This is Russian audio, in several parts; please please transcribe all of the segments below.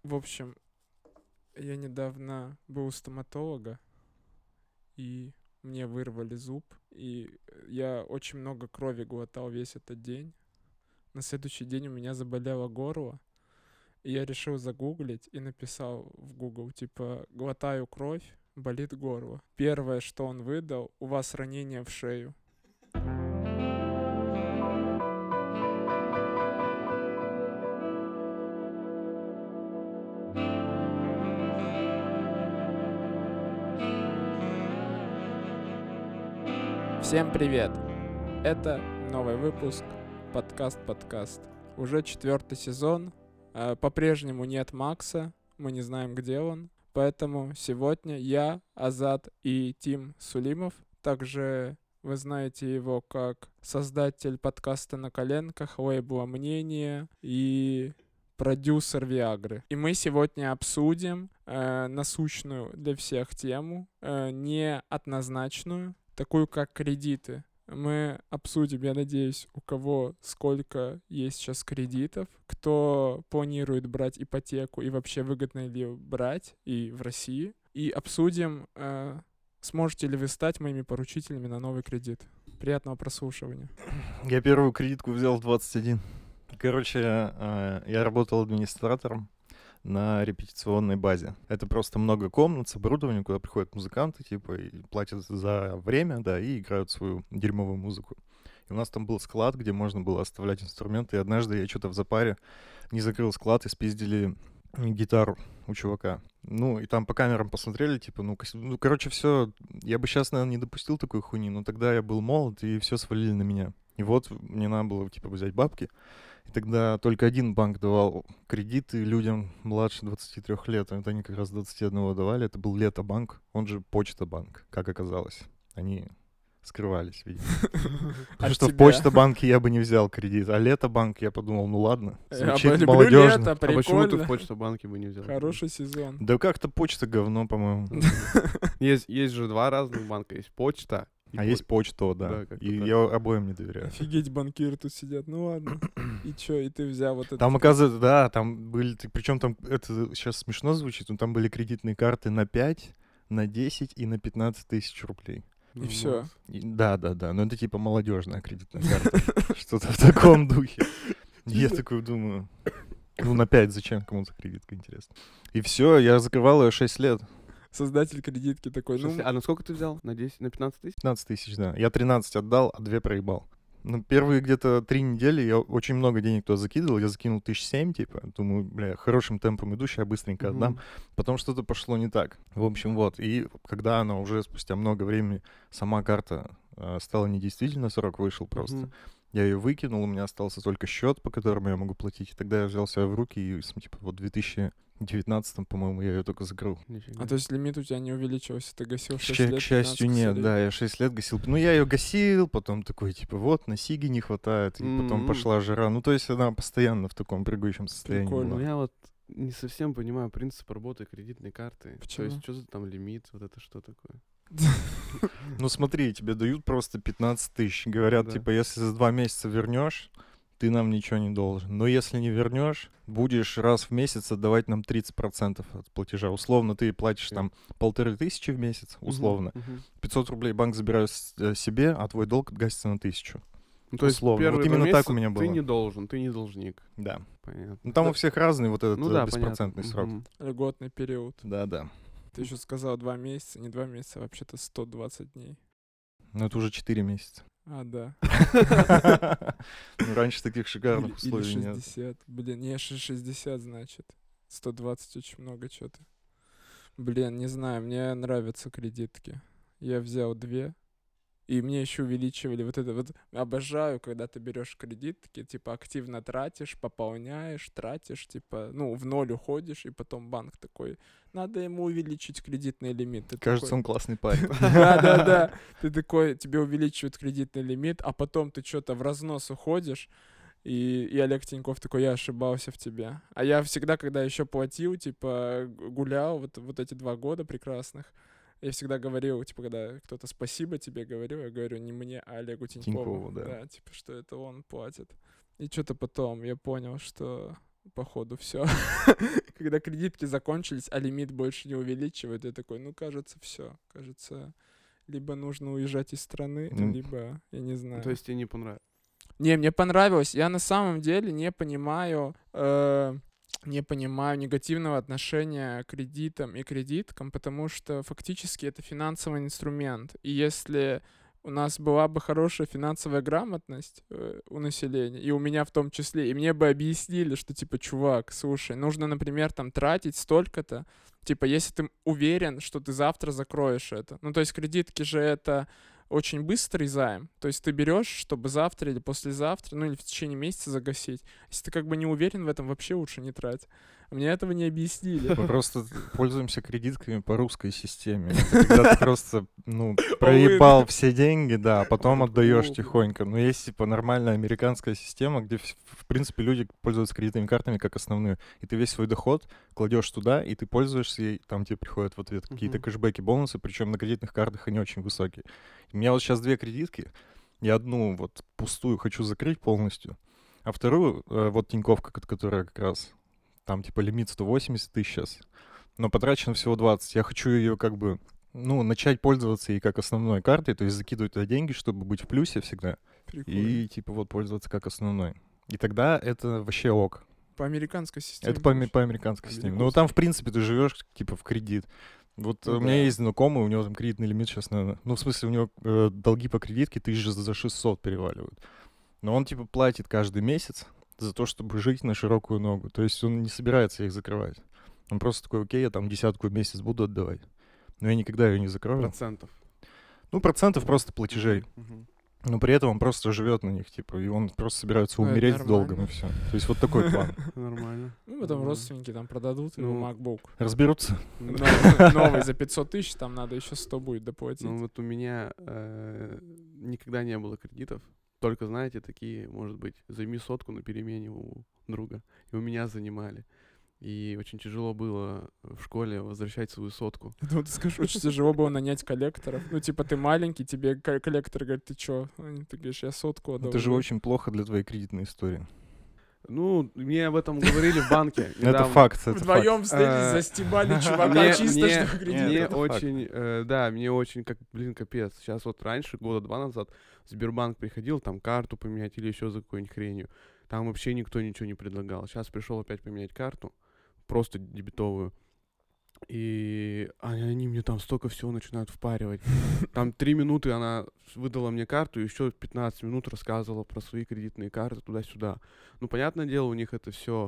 В общем, я недавно был у стоматолога, и мне вырвали зуб, и я очень много крови глотал весь этот день. На следующий день у меня заболело горло, и я решил загуглить и написал в Google, типа, глотаю кровь, болит горло. Первое, что он выдал, у вас ранение в шею. Всем привет! Это новый выпуск подкаст. Уже 4-й сезон. По-прежнему нет Макса. Мы не знаем, где он. Поэтому сегодня я, Азат и Тим Сулимов. Также вы знаете его как создатель подкаста «На коленках», лейбла «Мнение» и продюсер Виагры. И мы сегодня обсудим насущную для всех тему, неоднозначную, такую как кредиты. Мы обсудим, я надеюсь, у кого сколько есть сейчас кредитов, кто планирует брать ипотеку и вообще выгодно ли брать и в России. И обсудим, сможете ли вы стать моими поручителями на новый кредит. Приятного прослушивания. Я первую кредитку взял в 21. Короче, я работал администратором на репетиционной базе. Это просто много комнат с оборудованием, куда приходят музыканты, типа, и платят за время, да, и играют свою дерьмовую музыку. И у нас там был склад, где можно было оставлять инструменты, и однажды я что-то в запаре не закрыл склад и спиздили гитару у чувака. Ну, и там по камерам посмотрели, типа, короче, все. Я бы сейчас, наверное, не допустил такой хуйни, но тогда я был молод, и все свалили на меня. И вот мне надо было, типа, взять бабки. И тогда только один банк давал кредиты людям младше 23 лет. Это они как раз 21 давали. Это был Лето-банк, он же Почта-банк, как оказалось. Они скрывались, видимо. Потому что в Почта-банке я бы не взял кредит, а Лето-банк я подумал, ну ладно, звучит молодежно. А почему ты в Почта-банке бы не взял? Хороший сезон. Да как-то почта говно, по-моему. Есть же два разных банка. Есть почта. Есть почта, да. И я обоим не доверяю. Офигеть, банкиры тут сидят. Ну ладно. И чё, и ты взял вот это? Там, оказывается, да, там были... Причем там, это сейчас смешно звучит, но там были кредитные карты на 5, на 10 и на 15 тысяч рублей. И все. Да. Но это типа молодежная кредитная карта. Что-то в таком духе. Я такой думаю, на 5 зачем кому-то кредитка, интересно. И все, я закрывал ее 6 лет. Создатель кредитки такой, А на сколько ты взял? На 10, на 15 тысяч? 15 тысяч, да. Я 13 отдал, а 2 проебал. Ну, первые где-то 3 недели я очень много денег туда закидывал. Я закинул 7 типа. Думаю, бля, хорошим темпом иду, сейчас быстренько отдам. Потом что-то пошло не так. В общем, вот. И когда она уже спустя много времени, сама карта стала недействительна, срок вышел просто. Я ее выкинул, у меня остался только счет, по которому я могу платить. И тогда я взял себя в руки и, типа, вот в 2019, по-моему, я ее только закрыл. А то есть лимит у тебя не увеличивался, ты гасил 6 лет? К счастью, нет, да, я 6 лет гасил. Ну, я ее гасил, потом такой, типа, вот, на сиги не хватает, и потом пошла жара. Ну, то есть она постоянно в таком прыгающем состоянии. Прикольно. Ну, я вот не совсем понимаю принцип работы кредитной карты. Почему? То есть, что за там лимит, вот это что такое? Ну, смотри, тебе дают просто 15 тысяч. Говорят, типа, если за 2 месяца вернешь, ты нам ничего не должен. Но если не вернешь, будешь раз в месяц отдавать нам 30% от платежа. Условно, ты платишь там 1500 в месяц, условно. 500 рублей банк забирает себе, а твой долг гасится на 1000. Ну, то есть условно. Вот именно так у меня было. Ты не должен, ты не должник. Да. Понятно. Ну, там у всех разный вот этот беспроцентный понятно. срок. Льготный период. Да. Ты еще сказал 2 месяца, не 2 месяца, а вообще-то 120 дней. Ну, это уже 4 месяца. А, да. Ну, раньше таких шикарных условий нет. Или 60. Блин, не, 60, значит. 120 очень много что-то. Блин, не знаю, мне нравятся кредитки. Я взял 2. И мне еще увеличивали вот это вот. Обожаю, когда ты берешь кредит, такие, типа, активно тратишь, пополняешь, тратишь, типа, в ноль уходишь, и потом банк такой, надо ему увеличить кредитный лимит. Ты Кажется, такой, он классный парень. Да. Ты такой, тебе увеличивают кредитный лимит, а потом ты что-то в разнос уходишь, и Олег Тиньков такой, я ошибался в тебе. А я всегда, когда еще платил, типа, гулял вот эти 2 года прекрасных, я всегда говорил, типа, когда кто-то спасибо тебе говорил, я говорю не мне, а Олегу Тинькову. Да. Да, типа, что это он платит. И что-то потом я понял, что походу, все. Когда кредитки закончились, а лимит больше не увеличивает, я такой, ну, кажется, все. Кажется, либо нужно уезжать из страны, либо, я не знаю. То есть тебе не понравилось? Не, мне понравилось. Я на самом деле не понимаю негативного отношения к кредитам и кредиткам, потому что фактически это финансовый инструмент. И если у нас была бы хорошая финансовая грамотность у населения, и у меня в том числе, и мне бы объяснили, что, типа, чувак, слушай, нужно, например, там, тратить столько-то, типа, если ты уверен, что ты завтра закроешь это. Ну, то есть кредитки же это очень быстрый займ. То есть ты берешь, чтобы завтра или послезавтра, ну или в течение месяца загасить. Если ты как бы не уверен в этом, вообще лучше не трать. А мне этого не объяснили. Мы просто пользуемся кредитками по русской системе. Это когда ты просто, проебал все деньги, да, а потом отдаешь тихонько. Но есть, типа, нормальная американская система, где, в принципе, люди пользуются кредитными картами как основную. И ты весь свой доход кладешь туда, и ты пользуешься ей, там тебе приходят в ответ какие-то кэшбэки, бонусы, причем на кредитных картах они очень высокие. У меня вот сейчас 2 кредитки, я одну вот пустую хочу закрыть полностью, а вторую, вот Тиньковка, которая как раз... Там, типа, лимит 180 тысяч сейчас, но потрачено всего 20. Я хочу ее как бы, начать пользоваться ей как основной картой, то есть закидывать туда деньги, чтобы быть в плюсе всегда. Прикольно. И, типа, вот пользоваться как основной. И тогда это вообще ок. По американской системе. Это по американской системе. Ну, там, в принципе, ты живешь, типа, в кредит. Вот у меня есть знакомый, у него там кредитный лимит сейчас, наверное... Ну, в смысле, у него долги по кредитке 1600 переваливают. Но он, типа, платит каждый месяц за то, чтобы жить на широкую ногу. То есть он не собирается их закрывать. Он просто такой, окей, я там 10 в месяц буду отдавать. Но я никогда ее не закрою. Процентов. Ну, процентов просто платежей. Но при этом он просто живет на них, типа, и он просто собирается умереть с долгом, и все. То есть вот такой план. Нормально. Ну, потом родственники там продадут ему MacBook. Разберутся. Новый за 500 тысяч, там надо еще 100 будет доплатить. Ну, вот у меня никогда не было кредитов. Только, знаете, такие, может быть, займи 100 на перемене у друга. И у меня занимали. И очень тяжело было в школе возвращать свою 100. Я думаю, ты скажешь, очень тяжело было нанять коллекторов. Ну, типа, ты маленький, тебе коллектор говорит, ты чё? Ты говоришь, я 100 отдал. Это же очень плохо для твоей кредитной истории. Ну, мне об этом говорили в банке. Это факт. Вдвоем встретились, застебали чувака чисто, что кредит. Мне очень, да, мне очень, капец. Сейчас вот раньше, 2 года назад, в Сбербанк приходил, там карту поменять или еще за какой-нибудь хренью. Там вообще никто ничего не предлагал. Сейчас пришел опять поменять карту, просто дебетовую. И они мне там столько всего начинают впаривать. Там 3 минуты она выдала мне карту, и еще 15 минут рассказывала про свои кредитные карты туда-сюда. Ну, понятное дело, у них это все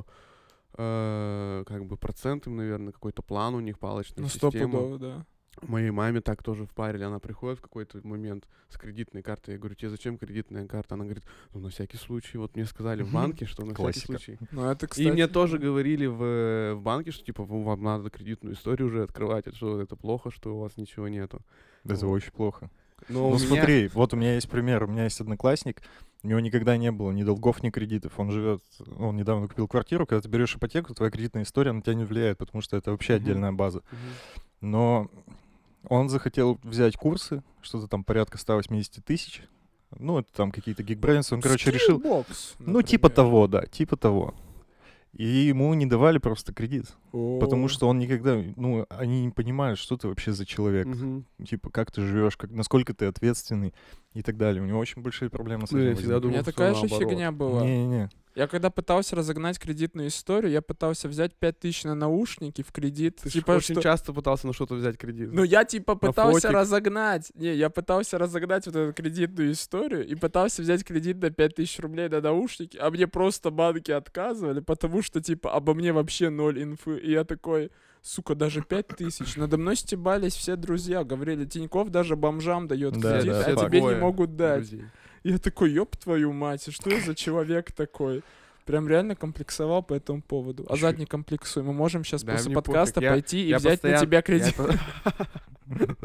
как бы процентом, наверное, какой-то план у них, палочная система. 100%, да. Моей маме так тоже впарили. Она приходит в какой-то момент с кредитной картой. Я говорю, тебе зачем кредитная карта? Она говорит, ну, на всякий случай. Вот мне сказали в банке, что на всякий случай. Ну, это, кстати... И мне тоже говорили в банке, что, типа, вам надо кредитную историю уже открывать. Что это плохо, что у вас ничего нету. Это очень плохо. Но ну, смотри, вот у меня есть пример. У меня есть одноклассник, у него никогда не было ни долгов, ни кредитов. Он недавно купил квартиру. Когда ты берешь ипотеку, твоя кредитная история на тебя не влияет, потому что это вообще отдельная база. Но он захотел взять курсы, что-то там порядка 180 тысяч. Ну, это там какие-то Geekbrains. Он, короче, решил... Ну, типа того, да, типа того. И ему не давали просто кредит. Потому что он никогда... Ну, они не понимают, что ты вообще за человек. Типа, как ты живешь, насколько ты ответственный и так далее. У него очень большие проблемы с этим. У меня такая же фигня была. Не-не-не. Я когда пытался разогнать кредитную историю, я пытался взять 5000 на наушники в кредит. Ты типа, очень часто пытался на что-то взять кредит. Ну, я типа пытался разогнать. Не, я пытался разогнать вот эту кредитную историю и пытался взять кредит на 5000 рублей на наушники, а мне просто банки отказывали, потому что, типа, обо мне вообще 0 инфы. И я такой, сука, даже 5000. Надо мной стебались все друзья. Говорили, Тинькофф даже бомжам дает кредит, а тебе не могут дать. Друзей. Я такой, ёб твою мать, что я за человек такой? Прям реально комплексовал по этому поводу. Азат, не комплексуй. Мы можем сейчас после подкаста пойти и взять на тебя кредит.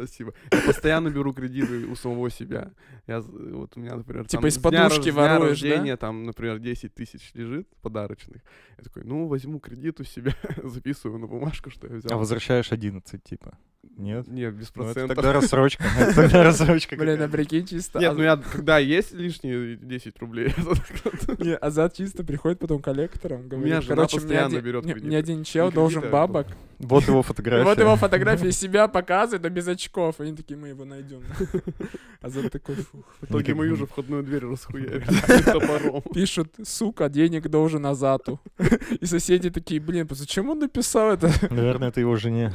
Спасибо. Я постоянно беру кредиты у самого себя. Вот у меня, например, Типа там из с дня подушки с дня воруешь, да? рождения, там, например, 10 тысяч лежит подарочных. Я такой, ну, возьму кредит у себя, записываю на бумажку, что я взял. А возвращаешь 11, типа. Нет? Нет, без Ну, это процентов. тогда рассрочка. Это тогда рассрочка. Блин, а какая-то. прикинь, чисто. Нет, ну я, когда есть лишние 10 рублей, Не, Азат чисто приходит потом коллектором, говорит, меня жена короче, постоянно берет мне кредиты. один чел Не должен кредиты, а бабок. Вот его И фотография. вот его фотографии себя показывают, а без очков. Они такие, мы его найдем. Азат такой, фух. В итоге Никак мою не- же входную дверь расхуярили топором. Пишут, сука, денег должен Азату. И соседи такие, блин, зачем он написал это? Наверное, это его жене.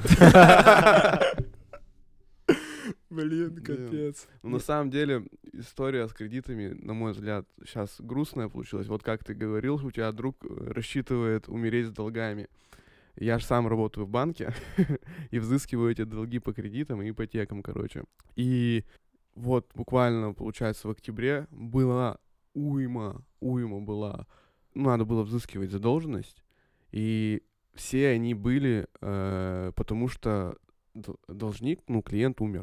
Блин, Да. капец. Ну, на самом деле, история с кредитами, на мой взгляд, сейчас грустная получилась. Вот как ты говорил, у тебя друг рассчитывает умереть с долгами. Я же сам работаю в банке и взыскиваю эти долги по кредитам и ипотекам, короче. И вот буквально, получается, в октябре была уйма была. Надо было взыскивать задолженность. И все они были, потому что должник, ну, клиент умер.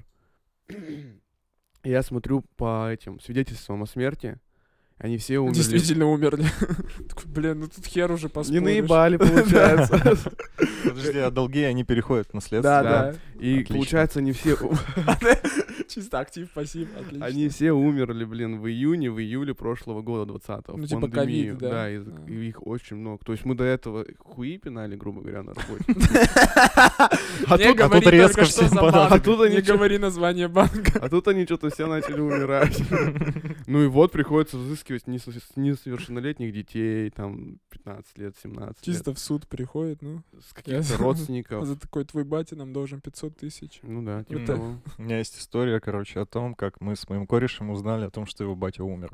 Я смотрю по этим свидетельствам о смерти, они все умерли. Действительно умерли. Такой, блин, ну тут хер уже Не поспоришь. наебали, получается. Подожди, а долги, они переходят в наследство? Да, Да. да. И Отлично. получается, они все Чисто актив, пассив, отлично. они все умерли, блин, в июле прошлого года, 20-го, Ну, в типа пандемию. ковид, да? и их очень много. То есть мы до этого хуи пинали, грубо говоря, на работе. А тут говори резко только что всем за понадобилось. банк. А тут они Не чё- говори название банка. А тут они что-то все начали умирать. Ну и вот приходится взыскивать несовершеннолетних детей, там, 15 лет, 17 лет. Чисто в суд приходит, ну. С каких-то Я- родственников. За такой твой батя нам должен 500 тысяч. Ну да, типа Вот того. У меня есть история, короче, о том, как мы с моим корешем узнали о том, что его батя умер.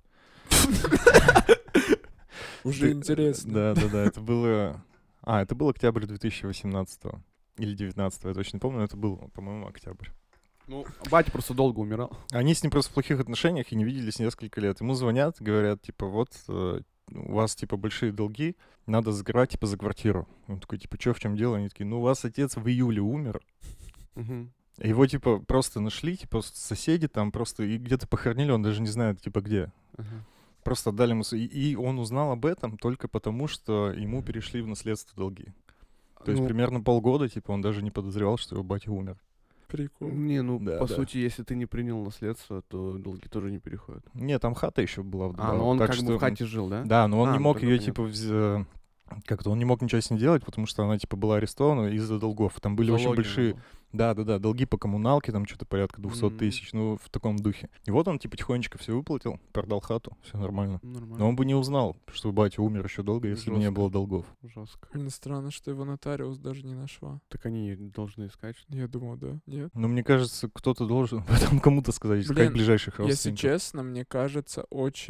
Уже интересно. Да, это было... это был октябрь 2018 или 19 я точно не помню, но это был, по-моему, октябрь. Ну, батя просто долго умирал. Они с ним просто в плохих отношениях и не виделись несколько лет. Ему звонят, говорят, типа, вот, у вас, типа, большие долги, надо закрывать, типа, за квартиру. Он такой, типа, чё, в чем дело? Они такие, ну, у вас отец в июле умер. Мгм. Его, типа, просто нашли, типа, соседи там просто и где-то похоронили, он даже не знает, типа, где. Ага. Просто отдали ему... И он узнал об этом только потому, что ему перешли в наследство долги. То есть Ну, примерно полгода, типа, он даже не подозревал, что его батя умер. Прикол. Не, ну, Да, по да. сути, если ты не принял наследство, то долги тоже не переходят. Не, там хата еще была вдобавок. Ну он так как бы что- в хате жил, да? Да, но он А, не ну мог тогда ее, понятно. типа, как-то он не мог ничего с ней делать, потому что она, типа, была арестована из-за долгов. Там были очень Залоги большие... надо. Да, долги по коммуналке, там что-то порядка 200 Мгм. тысяч, ну, в таком духе. И вот он, типа, тихонечко все выплатил, продал хату, все нормально. Нормально. Но он бы не узнал, что батя умер еще долго, если бы не Жёстко. было долгов. Жестко. Блин, странно, что его нотариус даже не нашла. Так они должны искать. Что ли? Я думал, да. Нет. Но мне кажется, кто-то должен потом кому-то сказать, искать Блин, ближайших Если родственников. честно, мне кажется,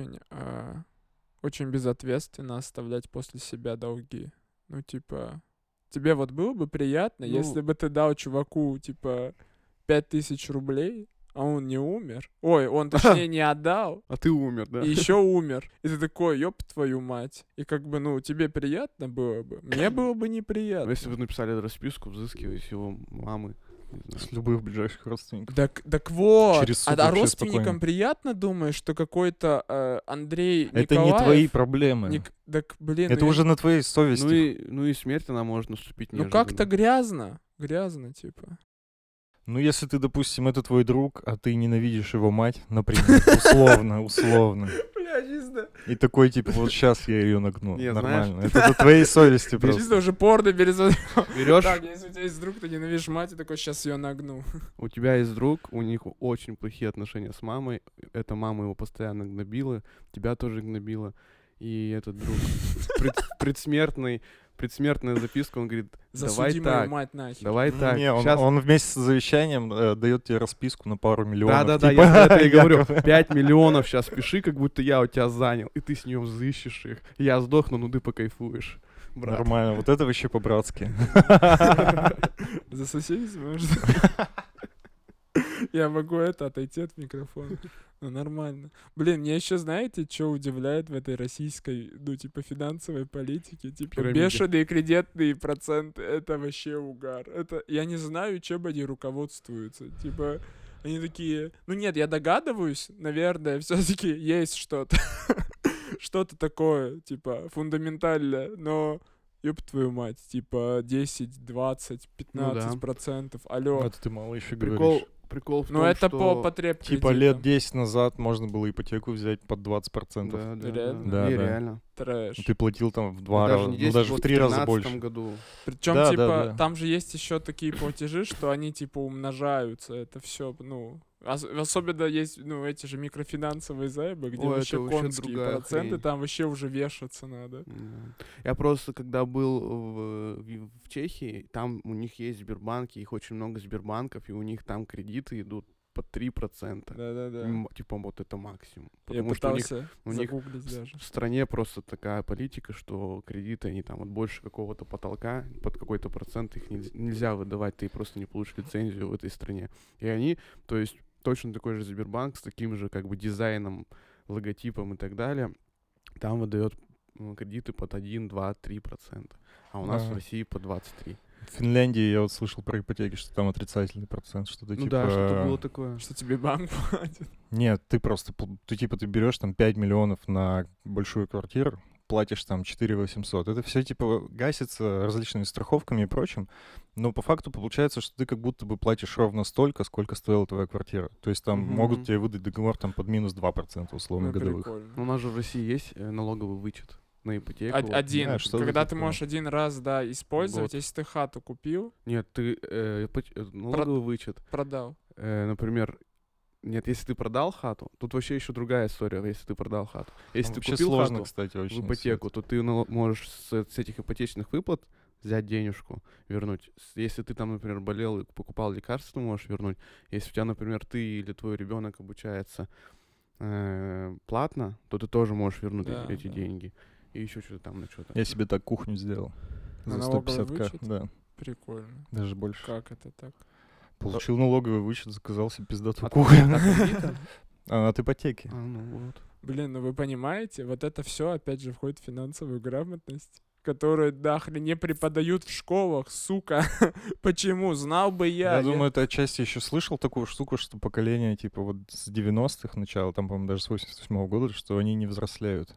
очень безответственно оставлять после себя долги. Ну, типа, тебе вот было бы приятно, Ну- если бы ты дал чуваку, типа, 5000 рублей, а он не умер. Ой, он, точнее, не отдал, А ты умер, да? и еще умер. И ты такой, ёб твою мать. И как бы, ну, тебе приятно было бы. Мне было бы Ну, неприятно. если бы написали расписку, взыскивая с его мамы. не знаю. С любых ближайших родственников. Так вот, Через суд а вообще родственникам спокойно. приятно, думаешь, что какой-то Андрей Это не Николаев... твои проблемы. Так, блин, Это ну, уже на твоей совести. Ну и смерть, она может наступить ну неожиданно. как-то грязно, типа. Ну, если ты, допустим, это твой друг, а ты ненавидишь его мать, например, условно, Бля, чисто. и такой, типа, вот сейчас я ее нагну. Не, Нормально. Это на твоей совести Чисто просто. уже порно пересмотрел. Берешь, Так, если у тебя есть друг, ты ненавидишь мать, и такой, сейчас ее нагну. у тебя есть друг, у них очень плохие отношения с мамой. Эта мама его постоянно гнобила, тебя тоже гнобила. И этот друг предсмертная записка, он говорит, давай Засуди мою так, мать нахер. давай так. Не, щас- он вместе с завещанием дает тебе расписку на пару миллионов. Да-да-да, типа, я про это и говорю. якобы. 5 миллионов сейчас пиши, как будто я у тебя занял, и ты с нее взыщешь их. Я сдохну, ну ты покайфуешь. Брат. Нормально, вот это вообще по-братски. За соседей может. Я могу отойти от микрофона. Ну, нормально. Блин, меня еще знаете, что удивляет в этой российской, ну, типа, финансовой политике? Типа, Пирамиде. бешеные кредитные проценты. Это вообще угар. Это, я не знаю, чем они руководствуются. Типа, они такие... Ну, нет, я догадываюсь, наверное, все-таки есть что-то. Что-то такое, типа, фундаментальное, но... Ёб твою мать, типа 10, 20, 15%. Алло. Это ты мало еще Прикол, говоришь. в Ну том, это что... по потреб Типа лет 10 назад можно было ипотеку взять под 20%. Да, да, Реально? да. Да, да. Нереально. Трэш. Ты платил там в 2 Даже раза, не ну 10, даже в вот 3 раза 13 больше. году. Причем, Да, типа, да, да. там же есть еще такие платежи, что они, типа, умножаются. Это все, ну. Особенно есть, ну, эти же микрофинансовые займы, где Ой, вообще это вообще конские другая проценты, хрень. там вообще уже вешаться надо. Я просто, когда был в Чехии, там у них есть Сбербанки, их очень много Сбербанков, и у них там кредиты идут по 3%. Да-да-да. Типа вот это максимум. Я Потому что у них пытался у них загуглить даже. в стране просто такая политика, что кредиты, они там вот больше какого-то потолка, под какой-то процент их нельзя выдавать, ты просто не получишь лицензию в этой стране. И они, то есть точно такой же Сбербанк с таким же как бы дизайном, логотипом и так далее, там выдает кредиты под 1, 2, 3%. А у нас в Ага. России по 23%. В Финляндии я вот слышал про ипотеки, что там отрицательный процент, что-то Ну типа... да, что-то было такое. Что тебе банк платит? Нет, ты просто, ты берешь там 5 миллионов на большую квартиру, платишь там 4 800. Это все типа гасится различными страховками и прочим, но по факту получается, что ты как будто бы платишь ровно столько, сколько стоила твоя квартира. То есть там Мгм. могут тебе выдать договор там под минус 2% условно Ну, годовых. прикольно. У нас же в России есть налоговый вычет на ипотеку. Один. Да, что-то Когда типа ты можешь один раз, да, использовать, Год. если ты хату купил, Нет, ты налоговый вычет. продал. Например, нет, если ты продал хату, тут вообще еще другая история, если ты продал хату. Если Ну, ты вообще купил сложно, хату кстати, в очень. ипотеку, то ты можешь с этих ипотечных выплат взять денежку, вернуть. Если ты там, например, болел и покупал лекарства, ты можешь вернуть. Если у тебя, например, ты или твой ребенок обучается платно, то ты тоже можешь вернуть Да, эти да. деньги. И еще что-то там на что-то. Я себе так кухню сделал. На За налоговый 150к, вычет? да, Прикольно. даже больше. Как это так? Получил налоговый вычет, заказал себе пиздатую От кухню. кредита? От ипотеки. Ну вот. Блин, ну вы понимаете, вот это все опять же входит в финансовую грамотность, которую нахрен не преподают в школах, сука. Почему? Знал бы я. Я думаю, ты отчасти еще слышал такую штуку, что поколение, типа, вот с 90-х начала, там, по-моему, даже с 88-го года, что они не взрослеют.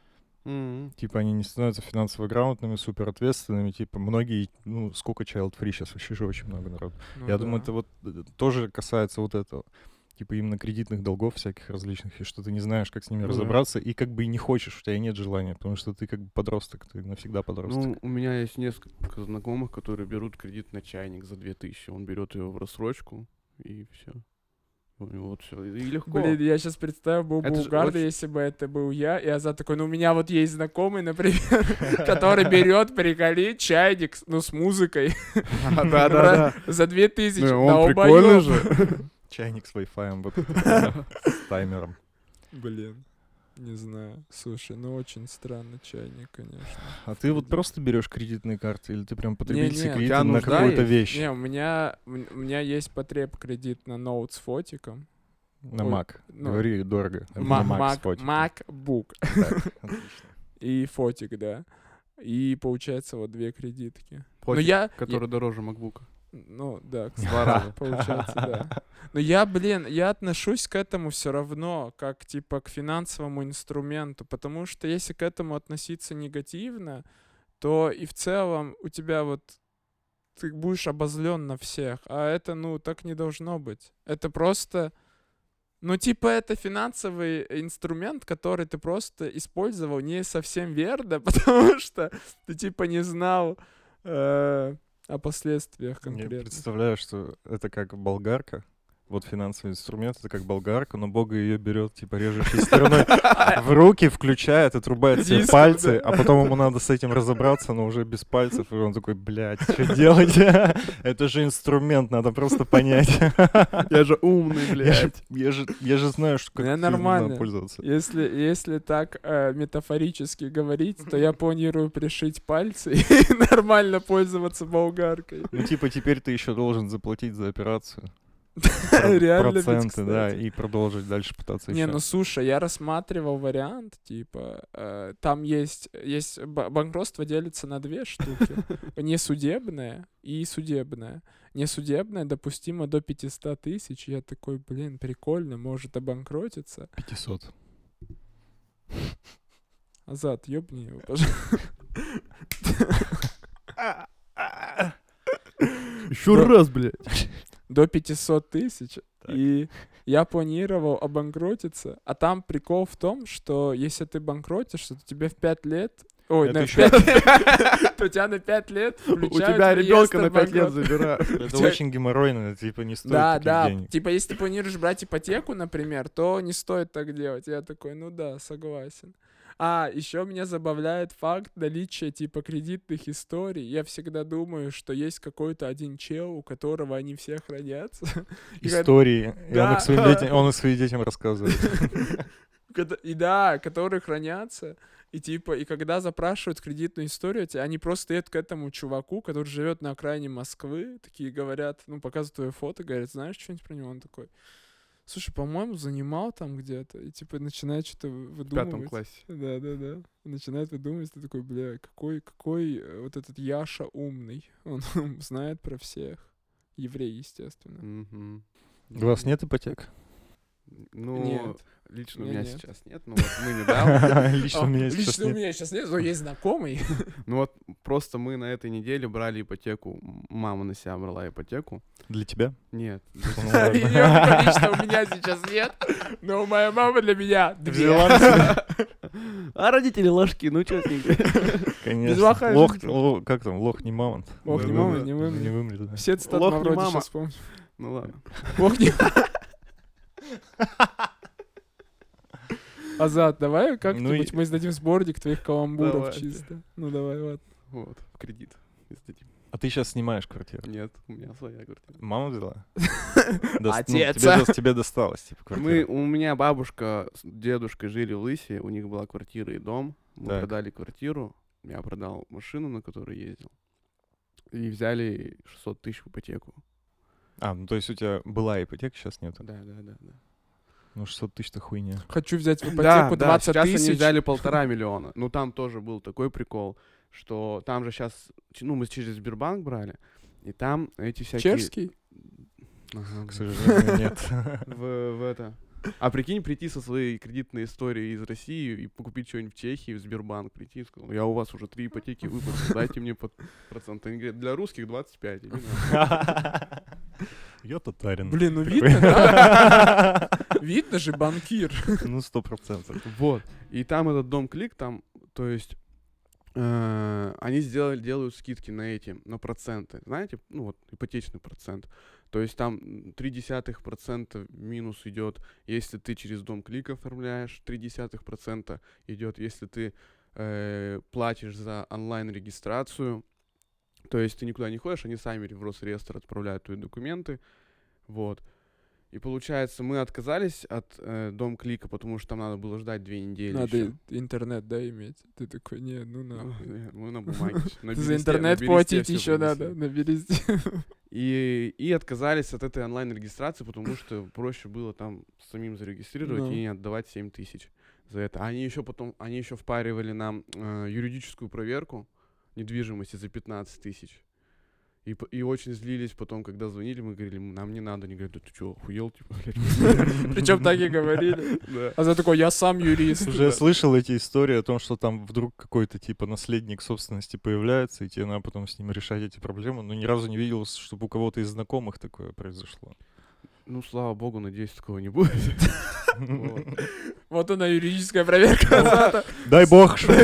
Мгм. Типа, они не становятся финансово грамотными, супер ответственными. Типа, многие, ну, сколько child-free сейчас, вообще же очень много народу. Ну Я да. думаю, это вот тоже касается вот этого. Типа, именно кредитных долгов всяких различных, и что ты не знаешь, как с ними Ну да. разобраться, и как бы и не хочешь, у тебя нет желания, потому что ты как бы подросток, ты навсегда подросток. Ну, у меня есть несколько знакомых, которые берут кредит на чайник за 2000. Он берет его в рассрочку, и все. У него вот все. И легко. Блин, я сейчас представил, был бы Это же угарно, очень- если бы это был я, и Азат такой, ну у меня вот есть знакомый, например, который берет, приколи, чайник, ну с музыкой Да-да-да. за 2000. Ну, Да он прикольный убоёб. же. Чайник с Wi-Fi, вот это, с таймером. Блин, не знаю. Слушай, ну очень странно чайник, конечно. А ты вот просто берешь кредитные карты, или ты прям потребительские Не, кредиты у тебя на нужда какую-то есть? вещь? Не, у меня есть кредит на ноут с фотиком. На Ой, Mac. ну, Говори дорого. На Mac с фотиком. MacBook Так, отлично. и фотик, да. И получается вот 2 кредитки. Фотик, я- который дороже макбука. Ну, да, В 2 раза. получается, да. Но я отношусь к этому все равно, как, типа, к финансовому инструменту, потому что если к этому относиться негативно, то и в целом у тебя вот ты будешь обозлен на всех, а это, ну, так не должно быть. Это просто, ну, типа, это финансовый инструмент, который ты просто использовал не совсем верно, потому что ты, типа, не знал о последствиях Я конкретно. представляю, что это как болгарка. Вот финансовый инструмент, это как болгарка, но Бога ее берет, типа, режущей стороной в руки, включает, отрубает все Диском, пальцы, да. а потом ему надо с этим разобраться, но уже без пальцев, и он такой, блядь, что делать? Это же инструмент, надо просто понять. Я же умный, Я же знаю, что как Я этим надо нормально. пользоваться. Если так метафорически говорить, то я планирую пришить пальцы и нормально пользоваться болгаркой. Ну, типа, теперь ты еще должен заплатить за операцию. Реально ведь, проценты, да, кстати. и продолжить дальше пытаться Не, еще. ну слушай, я рассматривал вариант, типа, там есть банкротство делится на две штуки. Несудебное и судебное. Несудебное допустимо до 500 тысяч. Я такой, блин, прикольно, может обанкротиться. 500. Азат, ёбни его, пожалуйста. Еще Да. раз, блядь. До 500 тысяч. Так. И я планировал обанкротиться. А там прикол в том, что если ты банкротишься, то тебе в 5 лет... Ой, Это на ещё- 5 лет... То тебя на 5 лет У включают тебя в ребенка реестр на 5 лет банкрот. забирают. Это очень геморройно, это, типа, не стоит Да, таких да. денег. Типа, если ты планируешь брать ипотеку, например, то не стоит так делать. Я такой, ну да, согласен. А, еще меня забавляет факт наличия, типа, кредитных историй. Я всегда думаю, что есть какой-то один чел, у которого они все хранятся. И когда- Истории. И Да. он и своим детям рассказывает. И да, которые хранятся. И типа, и когда запрашивают кредитную историю, они просто едут к этому чуваку, который живет на окраине Москвы, такие говорят, ну, показывают твое фото, говорят, знаешь что-нибудь про него? Он такой, слушай, по-моему, занимал там где-то. И типа начинает что-то В выдумывать. 5 классе. Да. Начинает выдумывать, ты такой, бля, какой вот этот Яша умный. Он знает про всех. Еврей, естественно. Мгм. У вас нет ипотек? Ну, Нет. лично У у меня меня нет. сейчас нет, но вот мы недавно. Лично у меня сейчас Лично у нет. меня сейчас нет, но есть знакомый. Ну вот просто мы на этой неделе брали ипотеку. Мама на себя брала ипотеку. Для тебя? Нет. Ну, Её ладно. лично у меня сейчас нет, но моя мама для меня две. Взяла на себя. А родители ложки, ну чё с ними? Конечно. Плохая Лох, жизнь. как там, лох не мамонт. Лох не мамонт, вымрет. не вымрет. Не вымрет, да. Все цитаты Лох не вроде мама. сейчас вспомню. Ну ладно. Лох не... Азат, давай как-нибудь мы сдадим сборник твоих каламбуров Давайте. чисто. Ну давай, ладно. Вот, в кредит. Сдадим. А ты сейчас снимаешь квартиру? Нет, у меня своя квартира. Мама взяла? Отец. Тебе досталось, типа, квартира. У меня бабушка с дедушкой жили в Лысе, у них была квартира и дом. Мы Так. продали квартиру, я продал машину, на которой ездил. И взяли 600 тысяч в ипотеку. А, ну то есть у тебя была ипотека, сейчас нет. Да. Ну 600 тысяч-то хуйня. Хочу взять в Да, ипотеку да, 20 сейчас они тысяч. взяли 1,5 миллиона. Ну, там тоже был такой прикол, что там же сейчас, ну, мы через Сбербанк брали, и там эти всякие... Чешский? Ага, К сожалению, нет. в это... А прикинь, прийти со своей кредитной историей из России и купить что-нибудь в Чехии, в Сбербанк прийти и сказал, я у вас уже 3 ипотеки выплатил, дайте мне под процент. Они говорят, для русских 25. Иди нахуй». Я татарин. Блин, ну видно, да? Видно же, банкир. Ну 100%. Вот. И там этот дом клик, там, то есть, они делают скидки на проценты. Знаете, ну вот, ипотечный процент. То есть там 0,3% минус идет, если ты через дом клик оформляешь, 0,3% идет, если ты платишь за онлайн-регистрацию. То есть ты никуда не ходишь, они сами в Росреестр отправляют твои документы. Вот. И получается, мы отказались от дом клика, потому что там надо было ждать 2 недели. Надо ещё. интернет, да, иметь. Ты такой, не, ну нахуй. Мы на бумаге. На За бересте- интернет на бересте платить всё еще принесли. надо, на бересте. И отказались от этой онлайн-регистрации, потому что проще было там самим зарегистрировать Ну. и не отдавать 7 тысяч за это. Они еще впаривали нам юридическую проверку недвижимости за 15 тысяч. И очень злились потом, когда звонили, мы говорили, нам не надо. Они говорят, да ты что, охуел, типа, блядь? Причем так и говорили. Да. А за такой, я сам юрист. Уже слышал эти истории о том, что там вдруг какой-то типа наследник собственности появляется, и тебе надо потом с ним решать эти проблемы. Но ни разу не видел, чтобы у кого-то из знакомых такое произошло. Ну, слава богу, надеюсь, такого не будет. Вот. Вот она, юридическая проверка Азата. Дай бог, что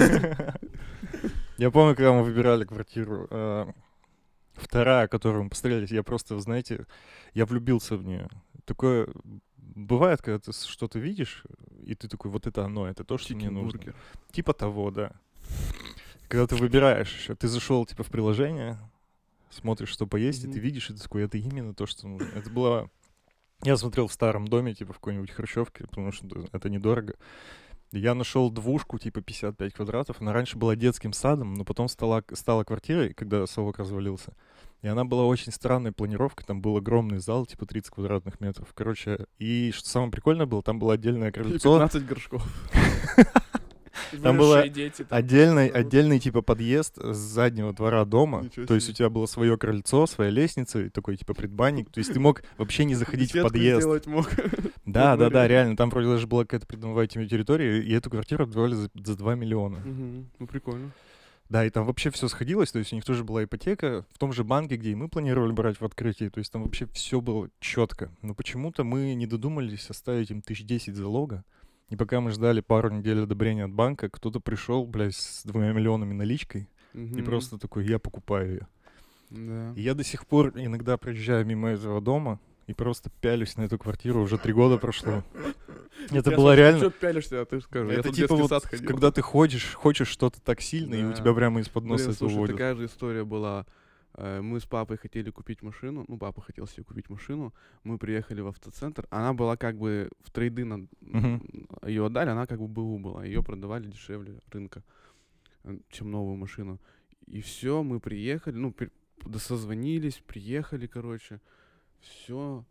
Я помню, когда мы выбирали квартиру, вторая, которую мы посмотрели, я просто, знаете, я влюбился в нее. Такое бывает, когда ты что-то видишь, и ты такой, вот это оно, это то, что мне нужно. Чикенбургер. Типа того, да. Когда ты выбираешь еще, ты зашел типа в приложение, смотришь, что поесть, и ты видишь, и ты такой, это именно то, что нужно. Это было... Я смотрел в старом доме, типа в какой-нибудь хрущевке, потому что это недорого. Я нашел двушку, типа 55 квадратов. Она раньше была детским садом, но потом стала квартирой, когда совок развалился. И она была очень странной планировкой. Там был огромный зал, типа 30 квадратных метров. Короче, и что самое прикольное было, там было отдельное И крыльцо. 15 горшков. Там было Выросшие дети там отдельный типа подъезд с заднего двора дома. Ничего То есть себе. у тебя было свое крыльцо, своя лестница и такой типа предбанник. То есть ты мог вообще не заходить в Беседку подъезд. сделать мог. Да, во дворе. реально. Там вроде даже была какая-то придомовая территория, и эту квартиру отдавали за 2 миллиона. Мгм. Ну, прикольно. Да, и там вообще все сходилось, то есть у них тоже была ипотека в том же банке, где и мы планировали брать в открытии, то есть там вообще все было четко. Но почему-то мы не додумались оставить им 1010 залога, и пока мы ждали пару недель одобрения от банка, кто-то пришел, блядь, с 2 миллионами наличкой, и Мгм. просто такой, я покупаю ее. Да. И я до сих пор иногда проезжаю мимо этого дома и просто пялюсь на эту квартиру, уже 3 года прошло. Это Я было слушаю, реально... Ты что пялишься, а ты скажи. Я Это тут в типа детский вот, сад ходил. когда ты хочешь что-то так сильно, и у Да. тебя прямо из-под носа Блин, это слушай, уводит. такая же история была. Мы с папой хотели купить машину. Ну, папа хотел себе купить машину. Мы приехали в автоцентр. Она была как бы в трейды Мгм. ее отдали, она как бы БУ была. Ее продавали дешевле рынка, чем новую машину. И все, мы приехали, ну, созвонились, приехали, короче. Все.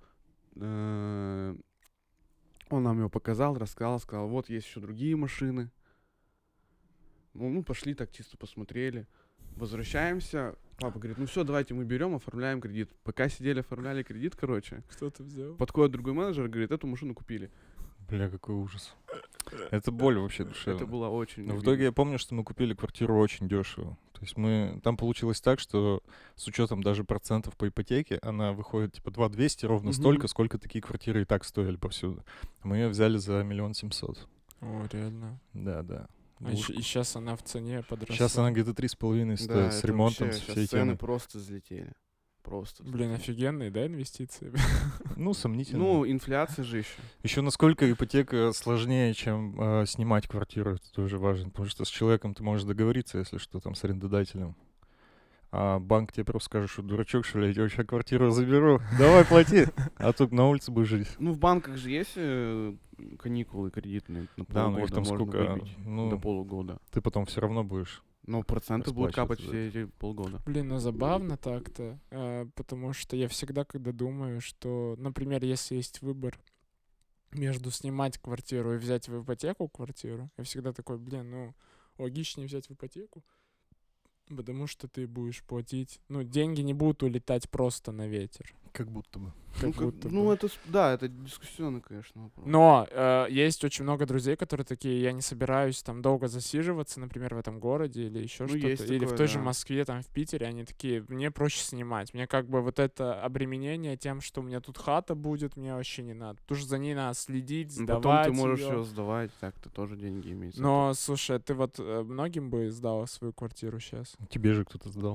Он нам ее показал, рассказал, сказал, вот есть еще другие машины. Ну, пошли так чисто посмотрели. Возвращаемся. Папа говорит, ну все, давайте мы берем, оформляем кредит. Пока сидели, оформляли кредит, короче. Кто-то взял. Подходит другой менеджер, говорит, эту машину купили. Бля, какой ужас. Это боль вообще душевная. Это было очень... Но в итоге я помню, что мы купили квартиру очень дешево. То есть там получилось так, что с учетом даже процентов по ипотеке, она выходит типа 2200 ровно Мгм. столько, сколько такие квартиры и так стоили повсюду. Мы ее взяли за 1 700 000. О, реально. Да. И сейчас она в цене подросла. Сейчас она где-то 3,5 стоит, с ремонтом, со всей цены темой. просто взлетели. Просто. Блин, офигенные, да, инвестиции? Ну, сомнительно. Ну, инфляция же еще. Еще насколько ипотека сложнее, чем снимать квартиру, это тоже важно. Потому что с человеком ты можешь договориться, если что, там, с арендодателем. А банк тебе просто скажет, что дурачок, что ли, я тебе сейчас квартиру заберу. Давай, плати. А тут на улице будешь жить. Ну, в банках же есть каникулы кредитные на Да, но полгода, их там можно сколько, выбить ну, до полугода. ты потом все равно будешь. Но проценты будут капать расплачиваться все эти полгода. Блин, ну забавно так-то, потому что я всегда, когда думаю, что, например, если есть выбор между снимать квартиру и взять в ипотеку квартиру, я всегда такой, блин, ну, логичнее взять в ипотеку, потому что ты будешь платить, ну, деньги не будут улетать просто на ветер. Как будто бы. Как будто бы. Ну, это, да, это дискуссионный, конечно, вопрос. Но есть очень много друзей, которые такие, я не собираюсь там долго засиживаться, например, в этом городе или еще Ну, что-то. есть Или в такое, той же да. Москве, там в Питере, они такие, мне проще снимать. Мне как бы вот это обременение тем, что у меня тут хата будет, мне вообще не надо. Потому что за ней надо следить, Ну, сдавать потом ты можешь её. ее сдавать, так-то тоже деньги имеются. Но, слушай, ты вот многим бы сдал свою квартиру сейчас? Тебе же кто-то сдал.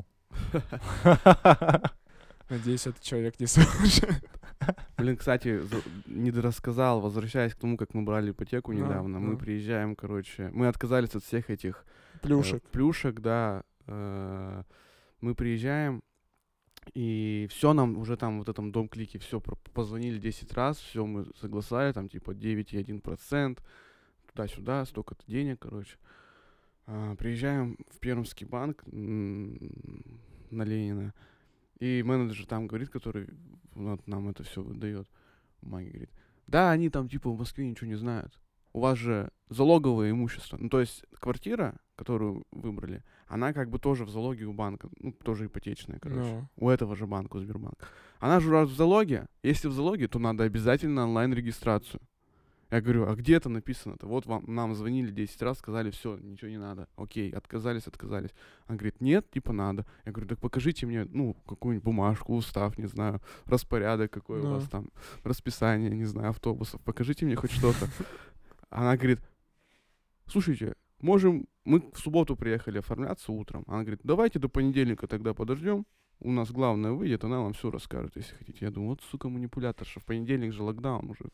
Надеюсь, этот человек не слушает. Блин, кстати, не дорассказал, возвращаясь к тому, как мы брали ипотеку Ну, недавно, мы ну. приезжаем, короче, мы отказались от всех этих Плюшек. плюшек, да. Мы приезжаем, и все нам уже там, вот этом дом-клике, все, позвонили 10 раз, все мы согласали, там, типа, 9,1%, туда-сюда, столько-то денег, короче. Приезжаем в Пермский банк на Ленина, и менеджер там говорит, который вот, нам это все выдает, бумаги, говорит, да, они там, типа, в Москве ничего не знают. У вас же залоговое имущество. Ну, то есть квартира, которую выбрали, она как бы тоже в залоге у банка. Ну, тоже ипотечная, короче. Ну. У этого же банка, у Сбербанка. Она же раз в залоге. Если в залоге, то надо обязательно онлайн-регистрацию. Я говорю, а где это написано-то? Вот нам звонили 10 раз, сказали, все, ничего не надо. Окей, отказались. Он говорит, нет, типа надо. Я говорю, так покажите мне, ну, какую-нибудь бумажку, устав, не знаю, распорядок какой у вас там, расписание, не знаю, автобусов. Покажите мне хоть что-то. Она говорит, слушайте, мы в субботу приехали оформляться утром. Она говорит, давайте до понедельника тогда подождем. У нас главное выйдет, она вам все расскажет, если хотите. Я думаю, вот, сука, манипуляторша, в понедельник же локдаун уже.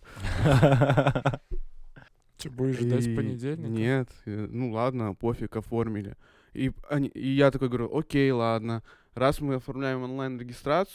Ты будешь ждать И понедельника? Нет, ну ладно, пофиг, оформили. И я такой говорю, окей, ладно, раз мы оформляем онлайн-регистрацию,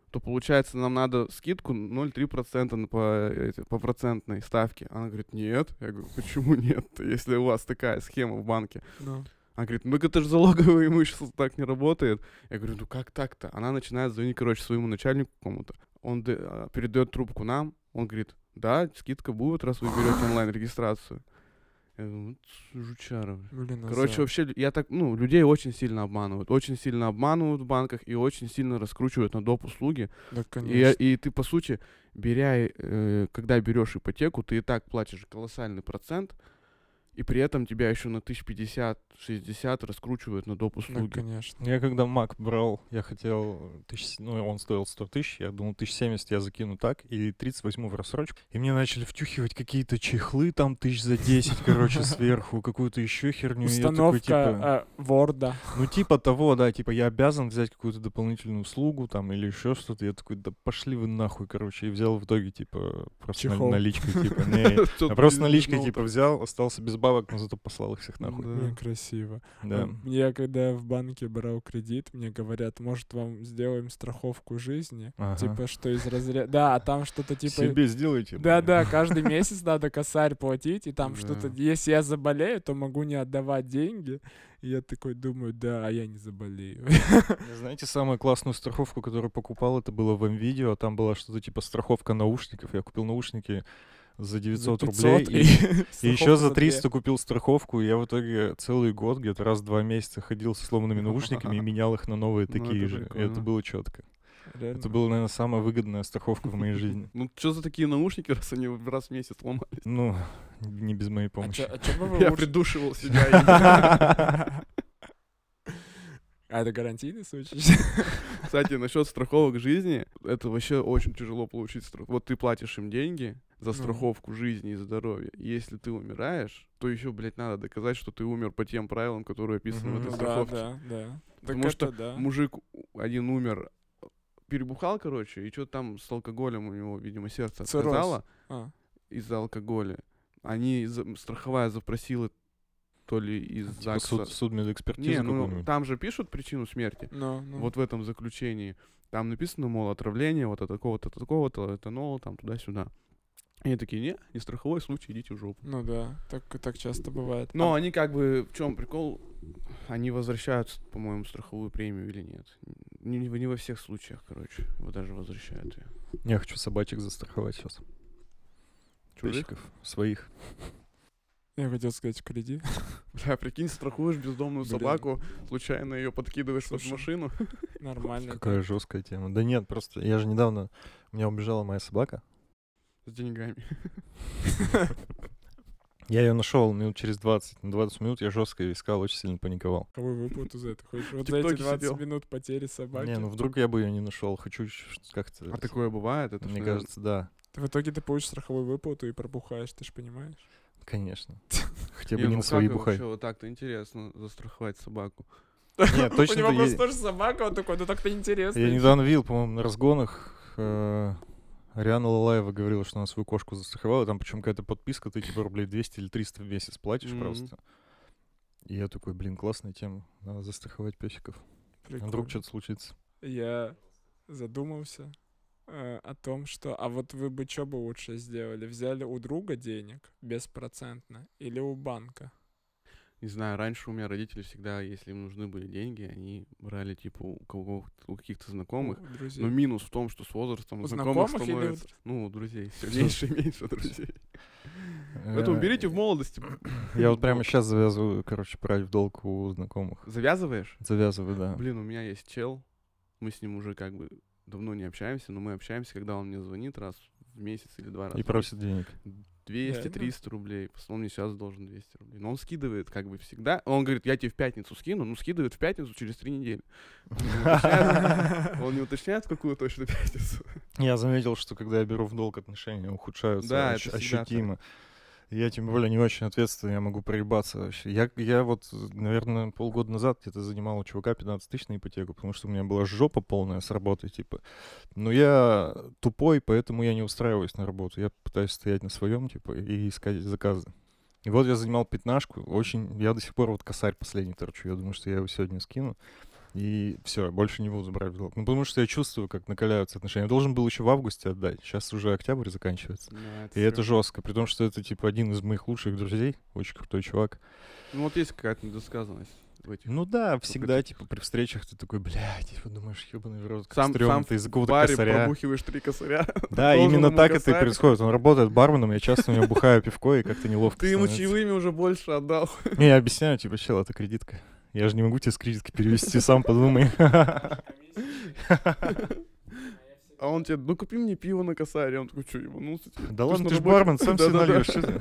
то получается нам надо скидку 0,3% по процентной ставке. Она говорит, нет. Я говорю, почему нет, если у вас такая схема в банке? Ну, Она говорит, ну это же залоговое имущество, так не работает. Я говорю, ну как так-то? Она начинает звонить, короче, своему начальнику какому-то. Он передает трубку нам, он говорит, да, скидка будет, раз вы берете онлайн-регистрацию. Я думаю, вот жучара. блин, Короче, вообще, людей очень сильно обманывают в банках и очень сильно раскручивают на доп. Услуги. да, конечно. И ты, по сути, когда берешь ипотеку, ты и так платишь колоссальный процент, и при этом тебя еще на 1050-60 раскручивают на доп. Да, Услуги. конечно. Я когда Mac брал, я хотел, он стоил 100 тысяч, я думал, 1070 я закину так, и 30 возьму в рассрочку. И мне начали втюхивать какие-то чехлы там тысяч за 10, короче, сверху, какую-то еще херню. И я такой, Установка Word. ну, типа того, да, типа я обязан взять какую-то дополнительную услугу там или еще что-то. Я такой, да пошли вы нахуй, короче, и взял в итоге, типа, просто Чехол. наличкой, типа, не, Чтоб я просто без наличкой, ноута. типа, взял, остался без бабок, но зато послал их всех нахуй. Да. Блин, красиво. Да. Я когда в банке брал кредит, мне говорят, может, вам сделаем страховку жизни? Ага. Типа, что из разряда... Да, а там что-то типа... Себе сделайте. Да-да, каждый месяц надо косарь платить, и там Да. что-то... Если я заболею, то могу не отдавать деньги. И я такой думаю, да, а я не заболею. Знаете, самую классную страховку, которую покупал, это было в МВидео. Там была что-то типа страховка наушников. Я купил наушники за 900 рублей. И еще за 300 купил страховку. И я в итоге целый год, где-то раз в 2 месяца ходил со сломанными наушниками и менял их на новые Ну, такие это же. И прикольно. это было четко. Реально. Это была, наверное, самая выгодная страховка в моей жизни. Ну, что за такие наушники, раз они раз в месяц ломались? Ну, не без моей А помощи. чё бы вы Я лучше... придушивал себя. А это гарантийный случай? Кстати, насчет страховок жизни, это вообще очень тяжело получить страховку. Вот ты платишь им деньги за Ну. страховку жизни и здоровья. И если ты умираешь, то еще, блядь, надо доказать, что ты умер по тем правилам, которые описаны в Мгм. этой Ну да, страховке. да. Потому Так что это да. Мужик один умер, перебухал, короче, и что-то там с алкоголем у него, видимо, сердце Цирроз. отказало А, из-за алкоголя. Страховая запросила то ли из Типа ЗАГСа. судмедэкспертизу Не, ну какую-нибудь. там же пишут причину смерти. ну. Вот в этом заключении. Там написано, мол, отравление вот от такого-то, этанола, там туда-сюда. И они такие, не страховой случай, идите в жопу. Ну да, так часто бывает. Но они как бы, в чем прикол, они возвращают, по-моему, страховую премию или нет. Не во всех случаях, короче, его даже возвращают ее. Я хочу собачек застраховать сейчас. Чужих? Песиков. Своих. Я хотел сказать кредит. Бля, прикинь, страхуешь бездомную Блин. собаку, случайно ее подкидываешь под Слушай, машину. Нормально. Какая жесткая тема. Да нет, просто я же недавно... Меня убежала моя собака. С деньгами. Я ее нашел минут через 20. На 20 минут я жестко ее искал, очень сильно паниковал. Какой выплату за это хочешь? Вот В за эти ТикТоке 20 сидел. минут потери собаки. Не, ну вдруг я бы ее не нашел. Хочу как-то... А такое бывает? Это Мне ж, кажется, да. В итоге ты получишь страховую выплату и пробухаешь, ты же понимаешь? Конечно. Хотя бы Не, не ну на свои как бухай. вообще вот так-то интересно застраховать собаку. Нет, точно. У него да, просто я- тоже собака, он такой, ну так-то интересно. Я недавно видел, по-моему, на разгонах Ариана Лалаева говорила, что она свою кошку застраховала. Там причем какая-то подписка, ты типа рублей 200 или 300 в месяц платишь Мгм. просто. И я такой, блин, классная тема. Надо застраховать песиков. А Прикольно. вдруг что-то случится. Я задумался о том, что... А вот вы бы что бы лучше сделали? Взяли у друга денег беспроцентно или у банка? Не знаю, раньше у меня родители всегда, если им нужны были деньги, они брали типа у каких-то знакомых. У друзей. Но минус в том, что с возрастом У знакомых знакомых или у становится... Ну, у друзей. Все меньше и меньше друзей. Поэтому берите в молодости. Я вот прямо сейчас завязываю, короче, брать в долг у знакомых. Завязываешь? Завязываю, да. Блин, у меня есть чел. Мы с ним уже как бы давно не общаемся, но мы общаемся, когда он мне звонит раз в месяц или 2 раза. И просит денег. 200-300 рублей. Он мне сейчас должен 200 рублей. Но он скидывает как бы всегда. Он говорит, я тебе в пятницу скину, ну скидывает в пятницу через 3 недели. Он не уточняет, в какую точно пятницу. Я заметил, что когда я беру в долг, отношения ухудшаются Да, это всегда ощутимо. Я тем более не очень ответственный, я могу проебаться вообще. Я вот, наверное, полгода назад где-то занимал у чувака 15 тысяч на ипотеку, потому что у меня была жопа полная с работой, типа. Но я тупой, поэтому я не устраиваюсь на работу. Я пытаюсь стоять на своем, типа, и искать заказы. И вот я занимал 15-ку, я до сих пор вот косарь последний торчу, я думаю, что я его сегодня скину. И все, больше не буду брать в долг. Ну, потому что я чувствую, как накаляются отношения. Я должен был еще в августе отдать. Сейчас уже октябрь заканчивается. Да, И это стрёмно. жестко, при том, что это, типа, один из моих лучших друзей. Очень крутой чувак. Ну вот есть какая-то недосказанность в этих. Ну да, всегда, этих. типа, при встречах ты такой, блядь, типа, думаешь, ебаный в рот, как Сам стрёмно, ты в из какого-то баре косаря. пробухиваешь 3 косаря. Да, должен именно ему так это и косарь. происходит. Он работает барменом, я часто у него бухаю пивко, и как-то неловко Ты ему становится. чаевыми уже больше отдал. Не, я объясняю, типа, чел, это кредитка. Я же не могу тебе с кредитки перевести, сам подумай. А он тебе, ну купи мне пиво на косаре. Он такой, что, ебанулся? Да ладно, на ты ж работе?» бармен, сам себе Да-да-да. нальешь. Что ты?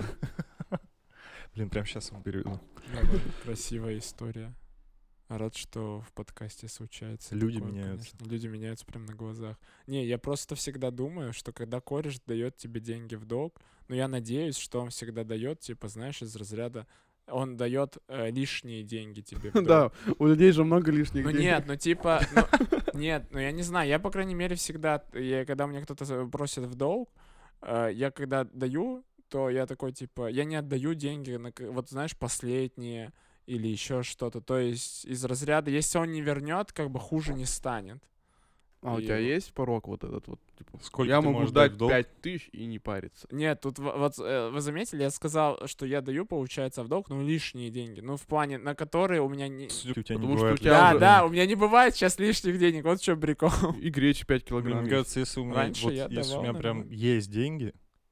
Блин, прям сейчас ему переведу. Давай, красивая история. Рад, что в подкасте случается. Люди такое, меняются. конечно. Люди меняются прямо на глазах. Не, я просто всегда думаю, что когда кореш дает тебе деньги в долг, ну я надеюсь, что он всегда дает, типа, знаешь, из разряда, он дает лишние деньги тебе в долг. Да, у людей же много лишних Ну денег. нет, ну типа, нет, ну я не знаю, я, по крайней мере, всегда, когда мне кто-то просит в долг, я когда даю, то я такой, типа, я не отдаю деньги, вот знаешь, последние или еще что-то. То есть из разряда, если он не вернет, как бы хуже не станет. А у И тебя вот- есть порог вот этот вот? Типа, Сколько я ты могу можешь дать дать в долг? 5000 и не париться. Нет, тут вот вы заметили, я сказал, что я даю, получается, в долг, ну, лишние деньги. Ну, в плане, на которые у меня не... У тебя не Потому что бывает у тебя Да, уже- да, у меня не бывает сейчас лишних денег, вот в чем прикол. И гречи 5 Блин, килограмм. мне есть. кажется, если у меня, Раньше вот, я если у давал меня прям нормально. есть деньги,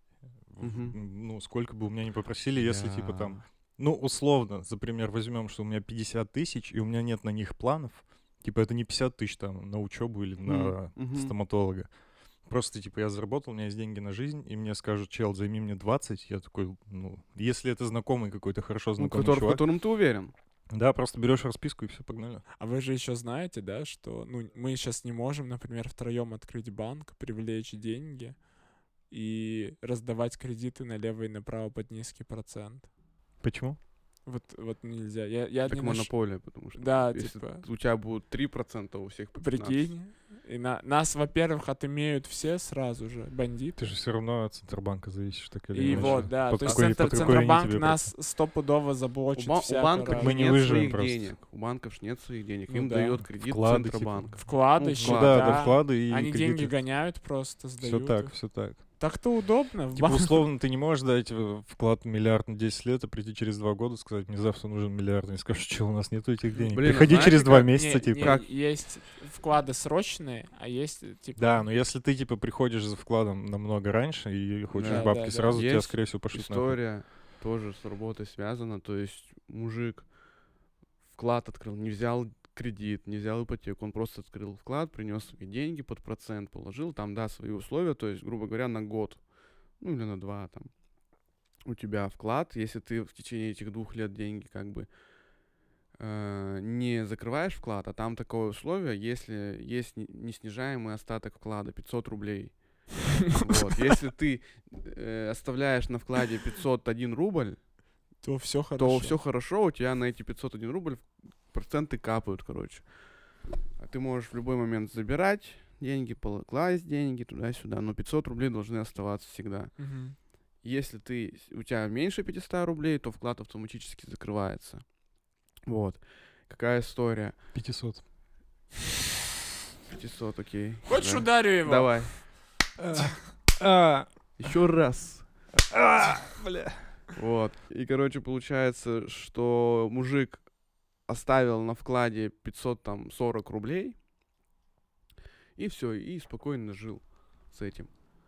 Мгм. ну, сколько бы у меня ни попросили, если, типа, Да. там, ну, условно, за пример возьмем, что у меня 50 тысяч, и у меня нет на них планов, типа, это не 50 тысяч там на учебу или на Мгм. стоматолога. Просто, типа, я заработал, у меня есть деньги на жизнь, и мне скажут, чел, займи мне 20, я такой, ну, если это знакомый какой-то, хорошо Ну, знакомый в чувак, котором ты уверен. да, просто берешь расписку и все, погнали. А вы же еще знаете, да, что ну, мы сейчас не можем, например, втроем открыть банк, привлечь деньги и раздавать кредиты налево и направо под низкий процент. Почему? Вот нельзя. Я Как не наш- монополия, потому что Да, если типа, у тебя будет 3%, у всех по 15. прикинь. И нас, во-первых, отымеют все сразу же, бандиты. Ты же все равно от Центробанка зависишь, так или И иначе. вот, да, Под то есть какой- под какой они Центробанк тебе нас стопудово У, заблочит у всяко банков раз. Мы же не нет выживем своих просто. денег. У банков ж нет своих денег. Ну Им да. дает кредит Вклады, Центробанк. Вклады, Ну, счета. Да, вклады и Они кредиты. деньги гоняют просто, сдают. Все так, их. все так. Так-то удобно. в Типа, банк. условно, ты не можешь дать вклад миллиард на 10 лет, а прийти через 2 года, сказать, мне завтра нужен миллиард. Они скажут, что у нас нету этих денег. Блин, а Приходи знаете, через 2 как- месяца, Не, типа. не, Как? есть вклады срочные, а есть типа... Да, но если ты, типа, приходишь за вкладом намного раньше и хочешь Да, бабки да, да. сразу, тебя, Есть скорее всего, пошлют нахуй. История тоже с работой связана. То есть мужик вклад открыл, не взял кредит, не взял ипотеку. Он просто открыл вклад, принес свои деньги под процент, положил. Там, да, свои условия. То есть, грубо говоря, на год. Ну, или на 2 там. У тебя вклад. Если ты в течение этих 2 лет деньги как бы не закрываешь вклад, а там такое условие, если есть неснижаемый остаток вклада 500 рублей. Вот. Если ты оставляешь на вкладе 501 рубль, То все хорошо. то все хорошо, у тебя на эти 501 рубль проценты капают, короче. А ты можешь в любой момент забирать деньги, класть деньги туда-сюда, но 500 рублей должны оставаться всегда. Мгм. Если у тебя меньше 500 рублей, то вклад автоматически закрывается. Вот. Какая история? 500. 500, окей. Хочешь, Да. ударю его? Давай. Еще раз. Бля. Вот. И, короче, получается, что мужик оставил на вкладе 540 рублей, и все, и спокойно жил с этим.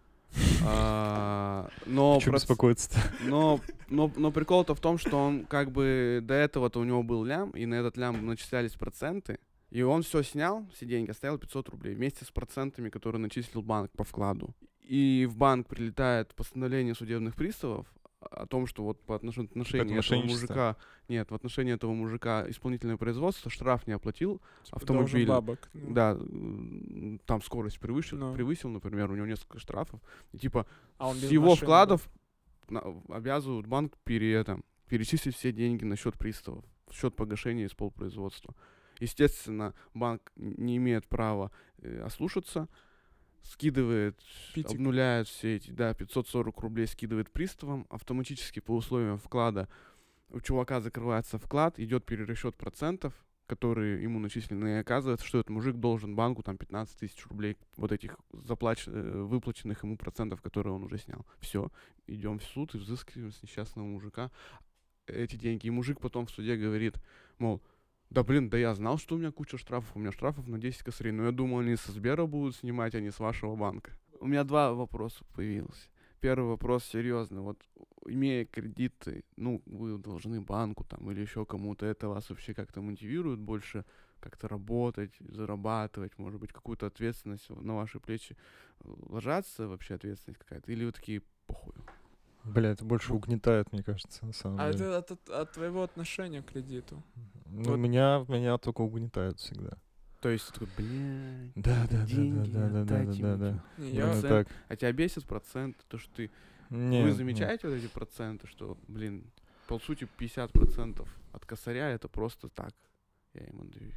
Но, Че беспокоиться-то? но прикол-то в том, что он как бы до этого-то у него был лям, и на этот лям начислялись проценты, и он все снял, все деньги, оставил 500 рублей вместе с процентами, которые начислил банк по вкладу. И в банк прилетает постановление судебных приставов о том, что вот по отношению этого мошенничество. мужика, нет, в отношении этого мужика исполнительное производство, штраф не оплатил, Типа, автомобиль, должен бабок. Ну. да, там скорость Ну. превысил, например, у него несколько штрафов, и типа А он с без его машины вкладов обязывают банк перечислить все деньги на счет приставов, в счет погашения исполпроизводства. Естественно, банк не имеет права ослушаться, скидывает, Питик. обнуляет все эти, 540 рублей скидывает приставам, автоматически по условиям вклада у чувака закрывается вклад, идет перерасчет процентов, которые ему начислены, и оказывается, что этот мужик должен банку там 15 тысяч рублей вот этих выплаченных ему процентов, которые он уже снял. Все, идем в суд и взыскиваем с несчастного мужика эти деньги. И мужик потом в суде говорит, мол, да блин, да я знал, что у меня куча штрафов, у меня штрафов на 10 косарей, но я думал, они со Сбера будут снимать, а не с вашего банка. У меня 2 вопроса появилось. Первый вопрос серьезный. Вот, имея кредиты, ну, вы должны банку там или еще кому-то, это вас вообще как-то мотивирует больше как-то работать, зарабатывать, может быть, какую-то ответственность на ваши плечи ложатся, вообще ответственность какая-то, или вы такие, похуй? Бля, это больше угнетает, мне кажется, на самом А деле. это от твоего отношения к кредиту. Ну, вот- меня только угнетает всегда. То есть ты такой, блядь, Да, да, да, деньги, да, да, да, отдайте да, ему, да. типа. Не, Именно я, так. А тебя бесит проценты, то, что ты... Нет, Вы нет. замечаете вот эти проценты, что, блин, по сути 50% от косаря это просто так, я им отдаю.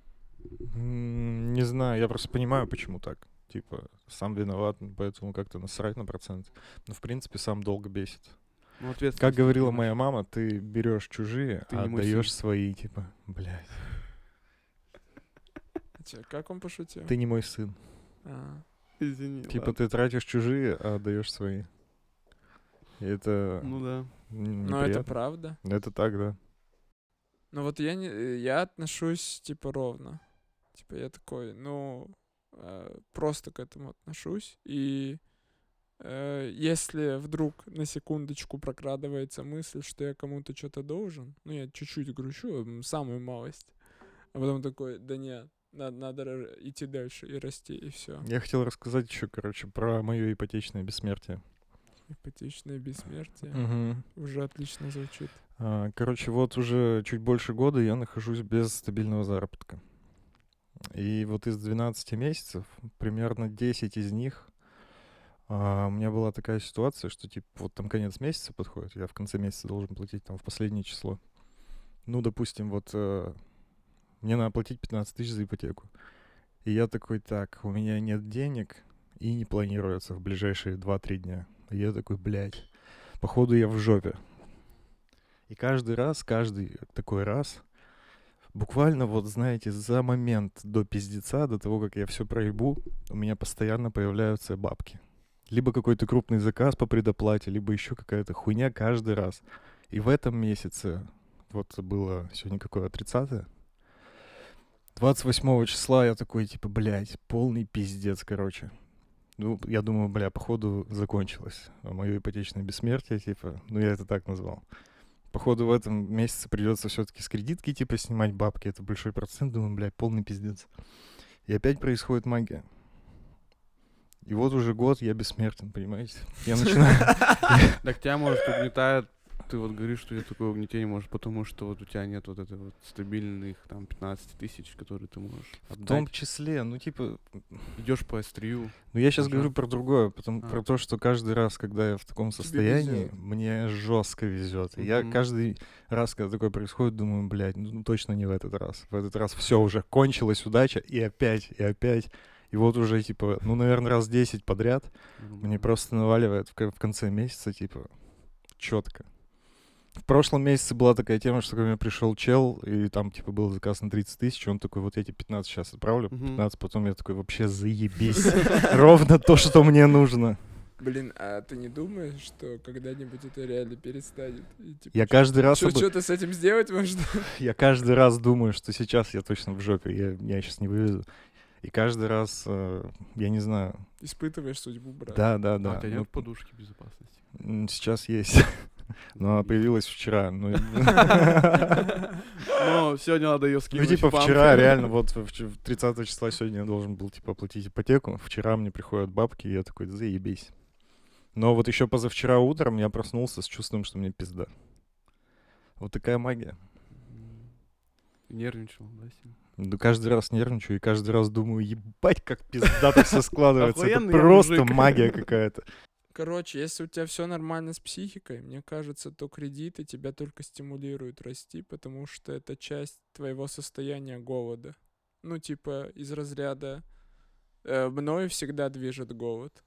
Не знаю, я просто понимаю, почему так. Типа, сам виноват, поэтому как-то насрать на процент. Но, в принципе, сам долго бесит. Ну, ответственность Как не говорила берёшь. моя мама, ты берешь чужие, Ты а не мой отдаешь сын. свои, типа, блядь, как он пошутил? ты не мой сын. А, Извини, Типа, ладно. ты тратишь чужие, а отдаешь свои. И это Ну да. но это неприятно. правда. Это так, да. Ну вот я отношусь, типа, ровно. Типа, я такой, просто к этому отношусь. И если вдруг на секундочку прокрадывается мысль, что я кому-то что-то должен, ну, я чуть-чуть грущу, самую малость. А потом такой, да нет, надо идти дальше и расти, и все. Я хотел рассказать еще, короче, про мое ипотечное бессмертие. Ипотечное бессмертие Мгм. уже отлично звучит. Короче, вот уже чуть больше года я нахожусь без стабильного заработка. И вот из 12 месяцев, примерно 10 из них, у меня была такая ситуация, что, типа, вот там конец месяца подходит, я в конце месяца должен платить там в последнее число. Ну, допустим, вот мне надо платить 15 тысяч за ипотеку. И я такой, так, у меня нет денег и не планируется в ближайшие 2-3 дня. И я такой, блядь, походу я в жопе. И каждый такой раз, буквально вот, знаете, за момент до пиздеца, до того, как я все проебу, у меня постоянно появляются бабки. Либо какой-то крупный заказ по предоплате, либо еще какая-то хуйня каждый раз. И в этом месяце, вот было сегодня какое, 30-е? 28 числа я такой, типа, блядь, полный пиздец, короче. Ну, я думаю, бля, походу закончилось мое ипотечное бессмертие, типа, ну, я это так назвал. Походу в этом месяце придется все-таки с кредитки, типа, снимать бабки, это большой процент, думаю, блядь, полный пиздец. И опять происходит магия. И вот уже год я бессмертен, понимаете? Я начинаю... Так тебя, может, угнетает, ты вот говоришь, что у тебя такое угнетение, может, потому что вот у тебя нет вот этой вот стабильных там 15 тысяч, которые ты можешь В том отдать. числе, ну, типа... Идешь по острию. Ну, я сейчас Ага. говорю про другое, А. про то, что каждый раз, когда я в таком состоянии, везёт. мне жестко везет. И я Мгм. каждый раз, когда такое происходит, думаю, блядь, ну точно не в этот раз. В этот раз все уже кончилась удача, и опять, и опять. И вот уже, типа, ну, наверное, раз 10 подряд мне просто наваливает в конце месяца, типа, четко. В прошлом месяце была такая тема, что ко мне пришел чел, и там, типа, был заказ на 30 тысяч, он такой, вот эти 15 сейчас отправлю, Мгм. 15, потом я такой, вообще заебись. Ровно то, что мне нужно. Блин, а ты не думаешь, что когда-нибудь это реально перестанет? И, типа, Я каждый раз что-то с этим сделать можно? я каждый раз думаю, что сейчас я точно в жопе, я сейчас не вывезу. И каждый раз, я не знаю, Испытываешь судьбу, брат. да, А у тебя ну, нет подушки безопасности? сейчас есть. Но она появилась вчера. Ну, Но сегодня надо ее ну, скинуть. типа, в памп. вчера реально, вот 30 числа сегодня я должен был, типа, оплатить ипотеку. Вчера мне приходят бабки, и я такой, заебись. Но вот еще позавчера утром я проснулся с чувством, что мне пизда. Вот такая магия. Нервничал, да, сильно? Да каждый раз нервничаю и каждый раз думаю, ебать, как пиздато все складывается. Это Охуенный я просто мужик. магия какая-то. Короче, если у тебя все нормально с психикой, мне кажется, то кредиты тебя только стимулируют расти, потому что это часть твоего состояния голода. Ну, типа, из разряда мною всегда движет голод.